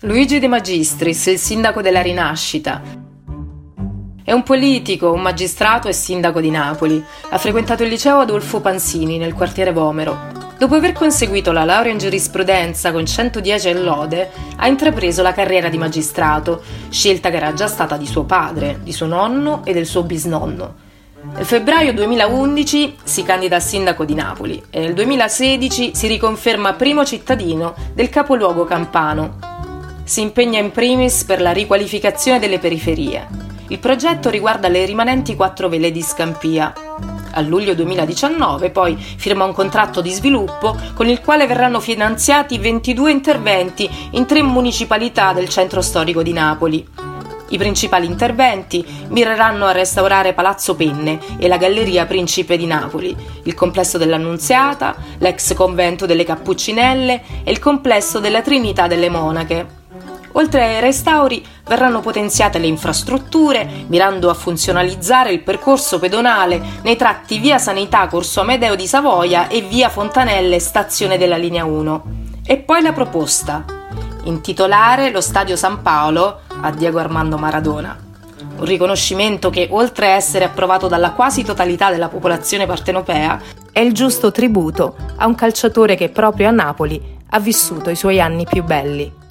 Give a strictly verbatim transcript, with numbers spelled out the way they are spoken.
Luigi De Magistris, il sindaco della Rinascita. È un politico, un magistrato e sindaco di Napoli. Ha frequentato il liceo Adolfo Panzini nel quartiere Vomero. Dopo aver conseguito la laurea in giurisprudenza con centodieci e lode, ha intrapreso la carriera di magistrato, scelta che era già stata di suo padre, di suo nonno e del suo bisnonno. Nel febbraio duemilaundici si candida a sindaco di Napoli e nel duemilasedici si riconferma primo cittadino del capoluogo campano. Si impegna in primis per la riqualificazione delle periferie. Il progetto riguarda le rimanenti quattro vele di Scampia. A luglio duemiladiciannove poi firma un contratto di sviluppo con il quale verranno finanziati ventidue interventi in tre municipalità del centro storico di Napoli. I principali interventi mireranno a restaurare Palazzo Penne e la Galleria Principe di Napoli, il complesso dell'Annunziata, l'ex convento delle Cappuccinelle e il complesso della Trinità delle Monache. Oltre ai restauri verranno potenziate le infrastrutture, mirando a funzionalizzare il percorso pedonale nei tratti via Sanità Corso Amedeo di Savoia e via Fontanelle stazione della linea uno. E poi la proposta: intitolare lo Stadio San Paolo a Diego Armando Maradona. Un riconoscimento che, oltre a essere approvato dalla quasi totalità della popolazione partenopea, è il giusto tributo a un calciatore che proprio a Napoli ha vissuto i suoi anni più belli.